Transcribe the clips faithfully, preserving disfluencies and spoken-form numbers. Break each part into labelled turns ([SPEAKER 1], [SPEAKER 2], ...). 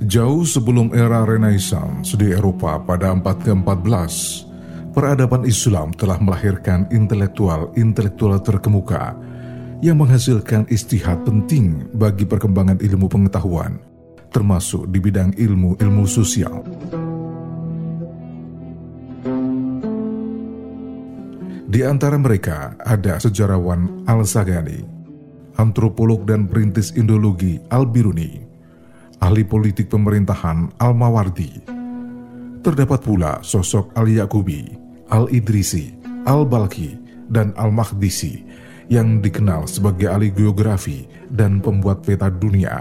[SPEAKER 1] Jauh sebelum era Renaissance di Eropa pada abad keempat belas, peradaban Islam telah melahirkan intelektual-intelektual terkemuka yang menghasilkan ijtihad penting bagi perkembangan ilmu pengetahuan, termasuk di bidang ilmu-ilmu sosial. Di antara mereka ada sejarawan Al-Saghani, antropolog dan perintis Indologi Al-Biruni, ahli politik pemerintahan Al-Mawardi. Terdapat pula sosok Al-Yaqubi, Al-Idrisi, Al-Balkhi, dan Al-Makhdisi yang dikenal sebagai ahli geografi dan pembuat peta dunia.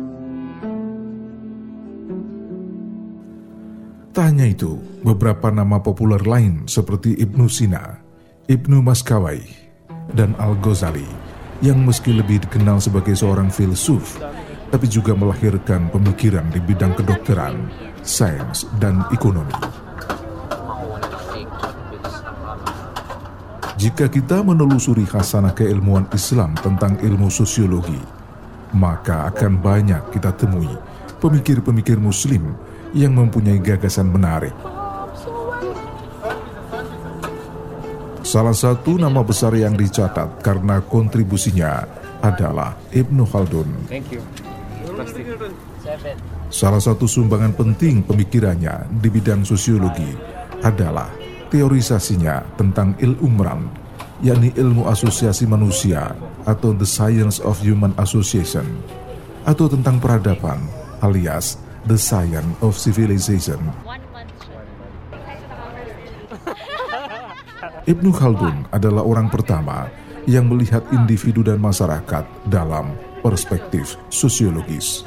[SPEAKER 1] Tak hanya itu, beberapa nama populer lain seperti Ibnu Sina, Ibnu Maskawai, dan Al-Ghazali yang meski lebih dikenal sebagai seorang filsuf, tapi juga melahirkan pemikiran di bidang kedokteran, sains, dan ekonomi. Jika kita menelusuri khasanah keilmuan Islam tentang ilmu sosiologi, maka akan banyak kita temui pemikir-pemikir Muslim yang mempunyai gagasan menarik. Salah satu nama besar yang dicatat karena kontribusinya adalah Ibnu Khaldun. Thank you. Salah satu sumbangan penting pemikirannya di bidang sosiologi adalah teorisasinya tentang il-umran, yakni ilmu asosiasi manusia atau the science of human association, atau tentang peradaban alias the science of civilization. Ibnu Khaldun adalah orang pertama yang melihat individu dan masyarakat dalam perspektif sosiologis.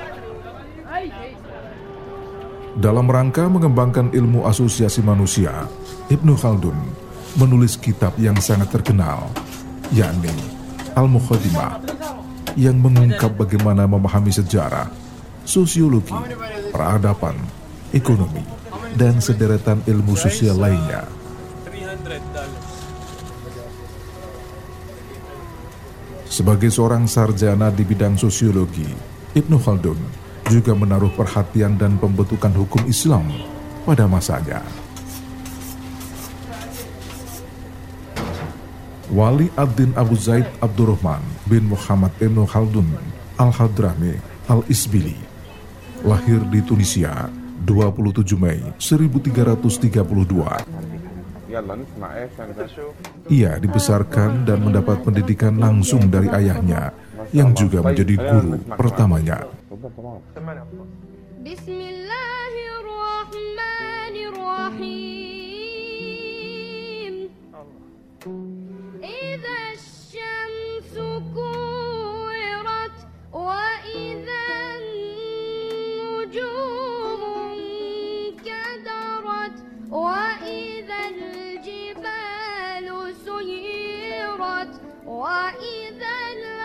[SPEAKER 1] Dalam rangka mengembangkan ilmu asosiasi manusia, Ibnu Khaldun menulis kitab yang sangat terkenal, yakni Al-Muqaddimah, yang mengungkap bagaimana memahami sejarah, sosiologi, peradaban, ekonomi, dan sederetan ilmu sosial lainnya. Sebagai seorang sarjana di bidang sosiologi, Ibnu Khaldun juga menaruh perhatian dan pembentukan hukum Islam pada masanya. Wali ad-Din Abu Zaid Abdurrahman bin Muhammad Ibnu Khaldun Al-Hadrami Al-Isbili lahir di Tunisia dua puluh tujuh Mei seribu tiga ratus tiga puluh dua. Ia dibesarkan dan mendapat pendidikan langsung dari ayahnya yang juga menjadi guru pertamanya. Bismillahirrahmanirrahim. Idza asy-syamsu kuwirat wa idza an-nujumu kadarat wa idza al-jibalu suyirat wa idza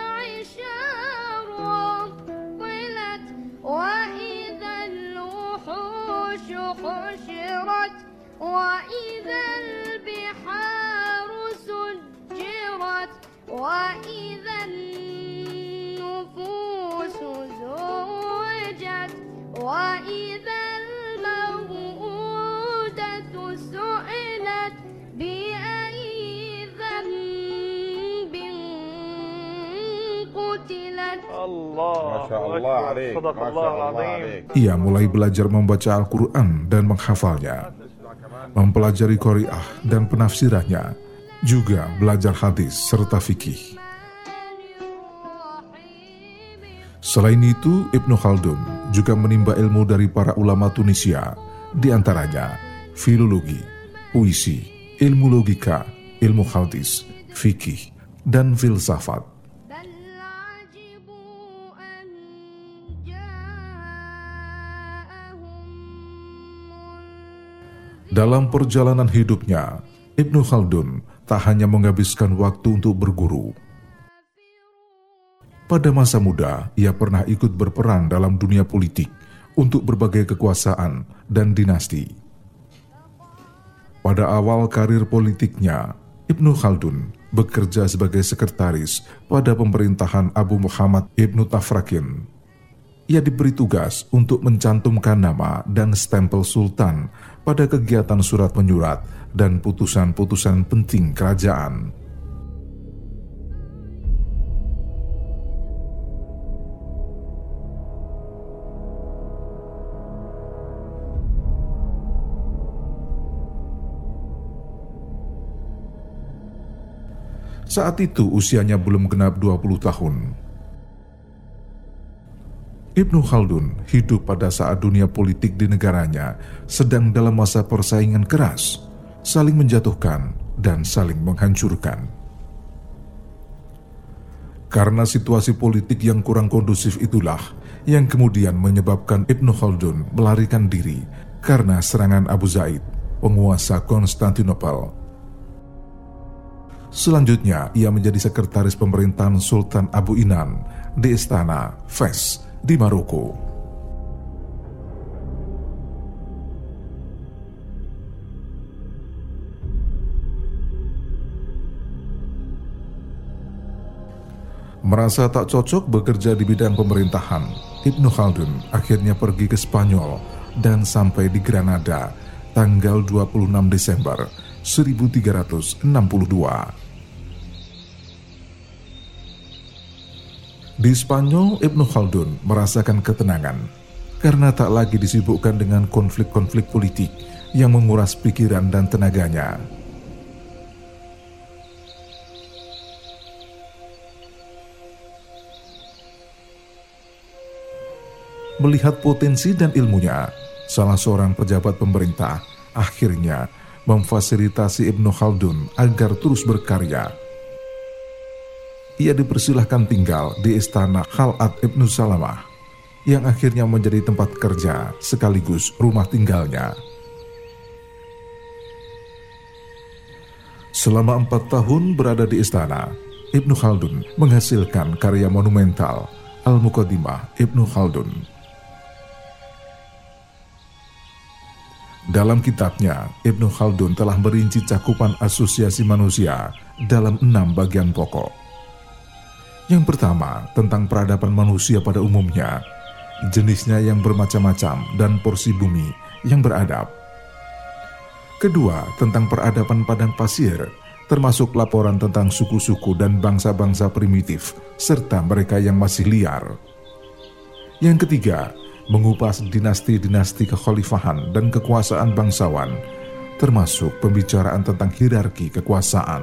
[SPEAKER 1] al-'isharu qilat wa idza al-wuhushu hushirat wa idza al-biharu sujjirat wa idza an-nufusu zuwijat wa idza al-maw'udatu su'ilat bi ayyi dhanbin qutilat. Allah, Masya Allah, ia mulai belajar membaca Al-Quran dan menghafalnya, mempelajari Qari'ah dan penafsirannya, juga belajar hadis serta fikih. Selain itu, Ibnu Khaldun juga menimba ilmu dari para ulama Tunisia, di antaranya filologi, puisi, ilmu logika, ilmu hadis, fikih, dan filsafat. Dalam perjalanan hidupnya, Ibnu Khaldun tak hanya menghabiskan waktu untuk berguru. Pada masa muda, ia pernah ikut berperan dalam dunia politik untuk berbagai kekuasaan dan dinasti. Pada awal karir politiknya, Ibnu Khaldun bekerja sebagai sekretaris pada pemerintahan Abu Muhammad Ibnu Tafrakin. ia diberi tugas untuk mencantumkan nama dan stempel sultan pada kegiatan surat menyurat dan putusan-putusan penting kerajaan. Saat itu usianya belum genap dua puluh tahun. Ibnu Khaldun hidup pada saat dunia politik di negaranya sedang dalam masa persaingan keras, saling menjatuhkan dan saling menghancurkan. Karena situasi politik yang kurang kondusif itulah yang kemudian menyebabkan Ibnu Khaldun melarikan diri karena serangan Abu Zaid, penguasa Konstantinopel. Selanjutnya, ia menjadi sekretaris pemerintahan Sultan Abu Inan di Istana Fes di Maroko. Merasa tak cocok bekerja di bidang pemerintahan, Ibnu Khaldun akhirnya pergi ke Spanyol dan sampai di Granada tanggal dua puluh enam Desember seribu tiga ratus enam puluh dua. Di Spanyol, Ibnu Khaldun merasakan ketenangan karena tak lagi disibukkan dengan konflik-konflik politik yang menguras pikiran dan tenaganya. Melihat potensi dan ilmunya, salah seorang pejabat pemerintah akhirnya memfasilitasi Ibnu Khaldun agar terus berkarya. Ia dipersilahkan tinggal di Istana Khal'at Ibnu Salamah, yang akhirnya menjadi tempat kerja sekaligus rumah tinggalnya. Selama empat tahun berada di istana, Ibnu Khaldun menghasilkan karya monumental Al-Muqaddimah Ibnu Khaldun. Dalam kitabnya, Ibnu Khaldun telah merinci cakupan asosiasi manusia dalam enam bagian pokok. Yang pertama, tentang peradaban manusia pada umumnya, jenisnya yang bermacam-macam dan porsi bumi yang beradab. Kedua, tentang peradaban padang pasir, termasuk laporan tentang suku-suku dan bangsa-bangsa primitif, serta mereka yang masih liar. Yang ketiga, mengupas dinasti-dinasti kekhalifahan dan kekuasaan bangsawan, termasuk pembicaraan tentang hierarki kekuasaan.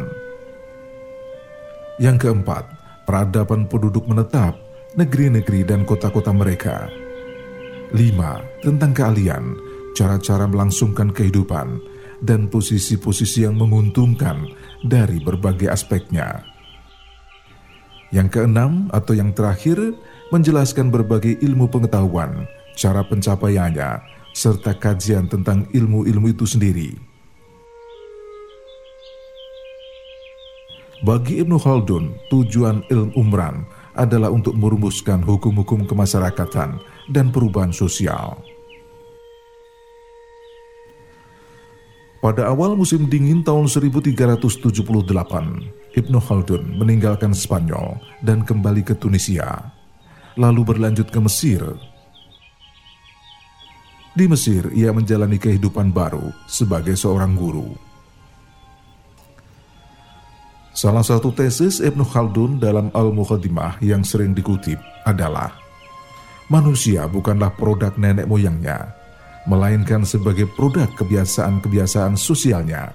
[SPEAKER 1] Yang keempat, peradaban penduduk menetap, negeri-negeri dan kota-kota mereka. Lima, tentang keahlian, cara-cara melangsungkan kehidupan, dan posisi-posisi yang menguntungkan dari berbagai aspeknya. Yang keenam atau yang terakhir, menjelaskan berbagai ilmu pengetahuan, cara pencapaiannya, serta kajian tentang ilmu-ilmu itu sendiri. Bagi Ibnu Khaldun, tujuan ilmu umran adalah untuk merumuskan hukum-hukum kemasyarakatan dan perubahan sosial. Pada awal musim dingin tahun seribu tiga ratus tujuh puluh delapan, Ibnu Khaldun meninggalkan Spanyol dan kembali ke Tunisia, lalu berlanjut ke Mesir. Di Mesir, ia menjalani kehidupan baru sebagai seorang guru. Salah satu tesis Ibnu Khaldun dalam Al-Muqaddimah yang sering dikutip adalah, manusia bukanlah produk nenek moyangnya, melainkan sebagai produk kebiasaan-kebiasaan sosialnya.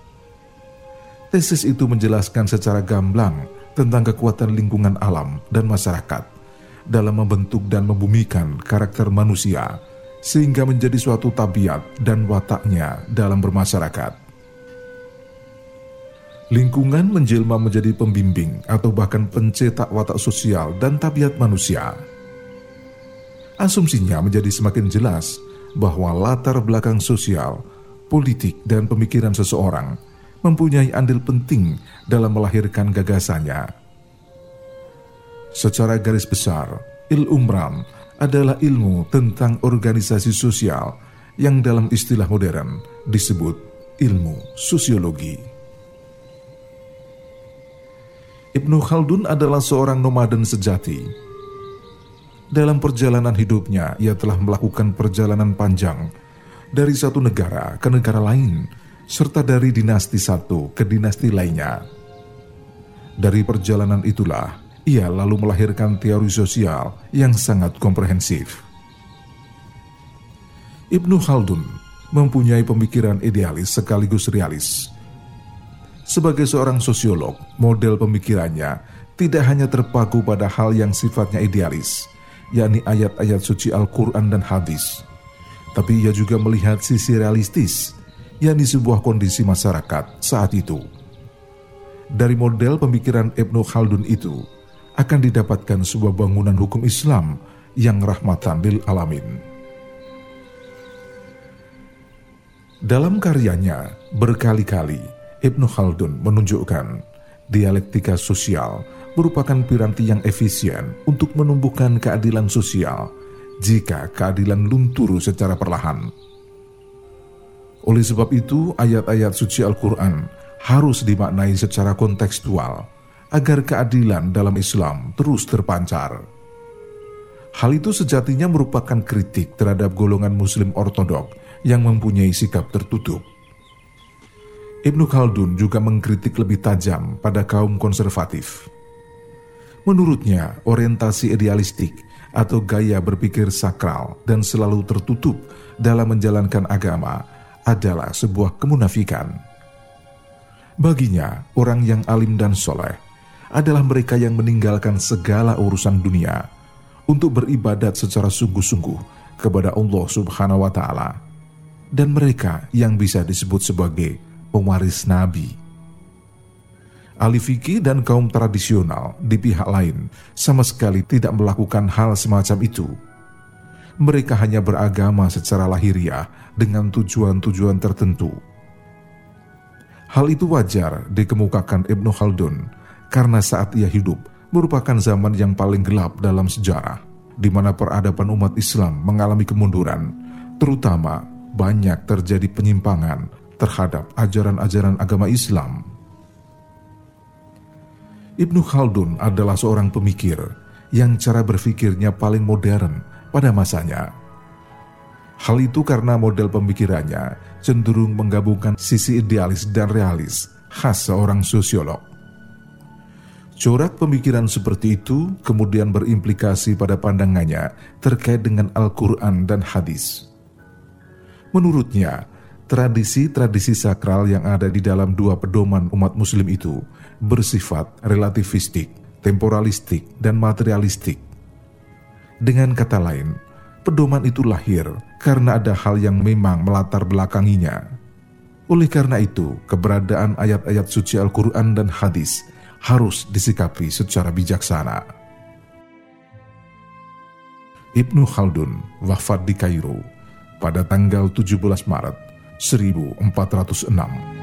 [SPEAKER 1] Tesis itu menjelaskan secara gamblang tentang kekuatan lingkungan alam dan masyarakat dalam membentuk dan membumikan karakter manusia, sehingga menjadi suatu tabiat dan wataknya dalam bermasyarakat. Lingkungan menjelma menjadi pembimbing atau bahkan pencetak watak sosial dan tabiat manusia. Asumsinya menjadi semakin jelas bahwa latar belakang sosial, politik, dan pemikiran seseorang mempunyai andil penting dalam melahirkan gagasannya. Secara garis besar, ilmu umran adalah ilmu tentang organisasi sosial yang dalam istilah modern disebut ilmu sosiologi. Ibnu Khaldun adalah seorang nomaden sejati. Dalam perjalanan hidupnya, ia telah melakukan perjalanan panjang dari satu negara ke negara lain, serta dari dinasti satu ke dinasti lainnya. Dari perjalanan itulah, ia lalu melahirkan teori sosial yang sangat komprehensif. Ibnu Khaldun mempunyai pemikiran idealis sekaligus realis. Sebagai seorang sosiolog, model pemikirannya tidak hanya terpaku pada hal yang sifatnya idealis, yakni ayat-ayat suci Al-Quran dan hadis, tapi ia juga melihat sisi realistis, yakni sebuah kondisi masyarakat saat itu. Dari model pemikiran Ibnu Khaldun itu akan didapatkan sebuah bangunan hukum Islam yang rahmatan lil alamin. Dalam karyanya berkali-kali Ibnu Khaldun menunjukkan dialektika sosial merupakan piranti yang efisien untuk menumbuhkan keadilan sosial jika keadilan luntur secara perlahan. Oleh sebab itu, ayat-ayat suci Al-Quran harus dimaknai secara kontekstual agar keadilan dalam Islam terus terpancar. Hal itu sejatinya merupakan kritik terhadap golongan Muslim ortodok yang mempunyai sikap tertutup. Ibnu Khaldun juga mengkritik lebih tajam pada kaum konservatif. Menurutnya, orientasi idealistik atau gaya berpikir sakral dan selalu tertutup dalam menjalankan agama adalah sebuah kemunafikan. Baginya, orang yang alim dan soleh adalah mereka yang meninggalkan segala urusan dunia untuk beribadat secara sungguh-sungguh kepada Allah Subhanahu wa Ta'ala, dan mereka yang bisa disebut sebagai pewaris Nabi. Ahli fikih dan kaum tradisional di pihak lain sama sekali tidak melakukan hal semacam itu. Mereka hanya beragama secara lahiriah dengan tujuan-tujuan tertentu. Hal itu wajar dikemukakan Ibnu Khaldun karena saat ia hidup merupakan zaman yang paling gelap dalam sejarah, di mana peradaban umat Islam mengalami kemunduran, terutama banyak terjadi penyimpangan terhadap ajaran-ajaran agama Islam. Ibnu Khaldun adalah seorang pemikir yang cara berpikirnya paling modern pada masanya. Hal itu karena model pemikirannya cenderung menggabungkan sisi idealis dan realis khas seorang sosiolog. Corak pemikiran seperti itu kemudian berimplikasi pada pandangannya terkait dengan Al-Quran dan hadis. Menurutnya, tradisi-tradisi sakral yang ada di dalam dua pedoman umat muslim itu bersifat relativistik, temporalistik, dan materialistik. Dengan kata lain, pedoman itu lahir karena ada hal yang memang melatar belakanginya. Oleh karena itu, keberadaan ayat-ayat suci Al-Quran dan hadis harus disikapi secara bijaksana. Ibnu Khaldun wafat di Kairo pada tanggal tujuh belas Maret seribu empat ratus enam.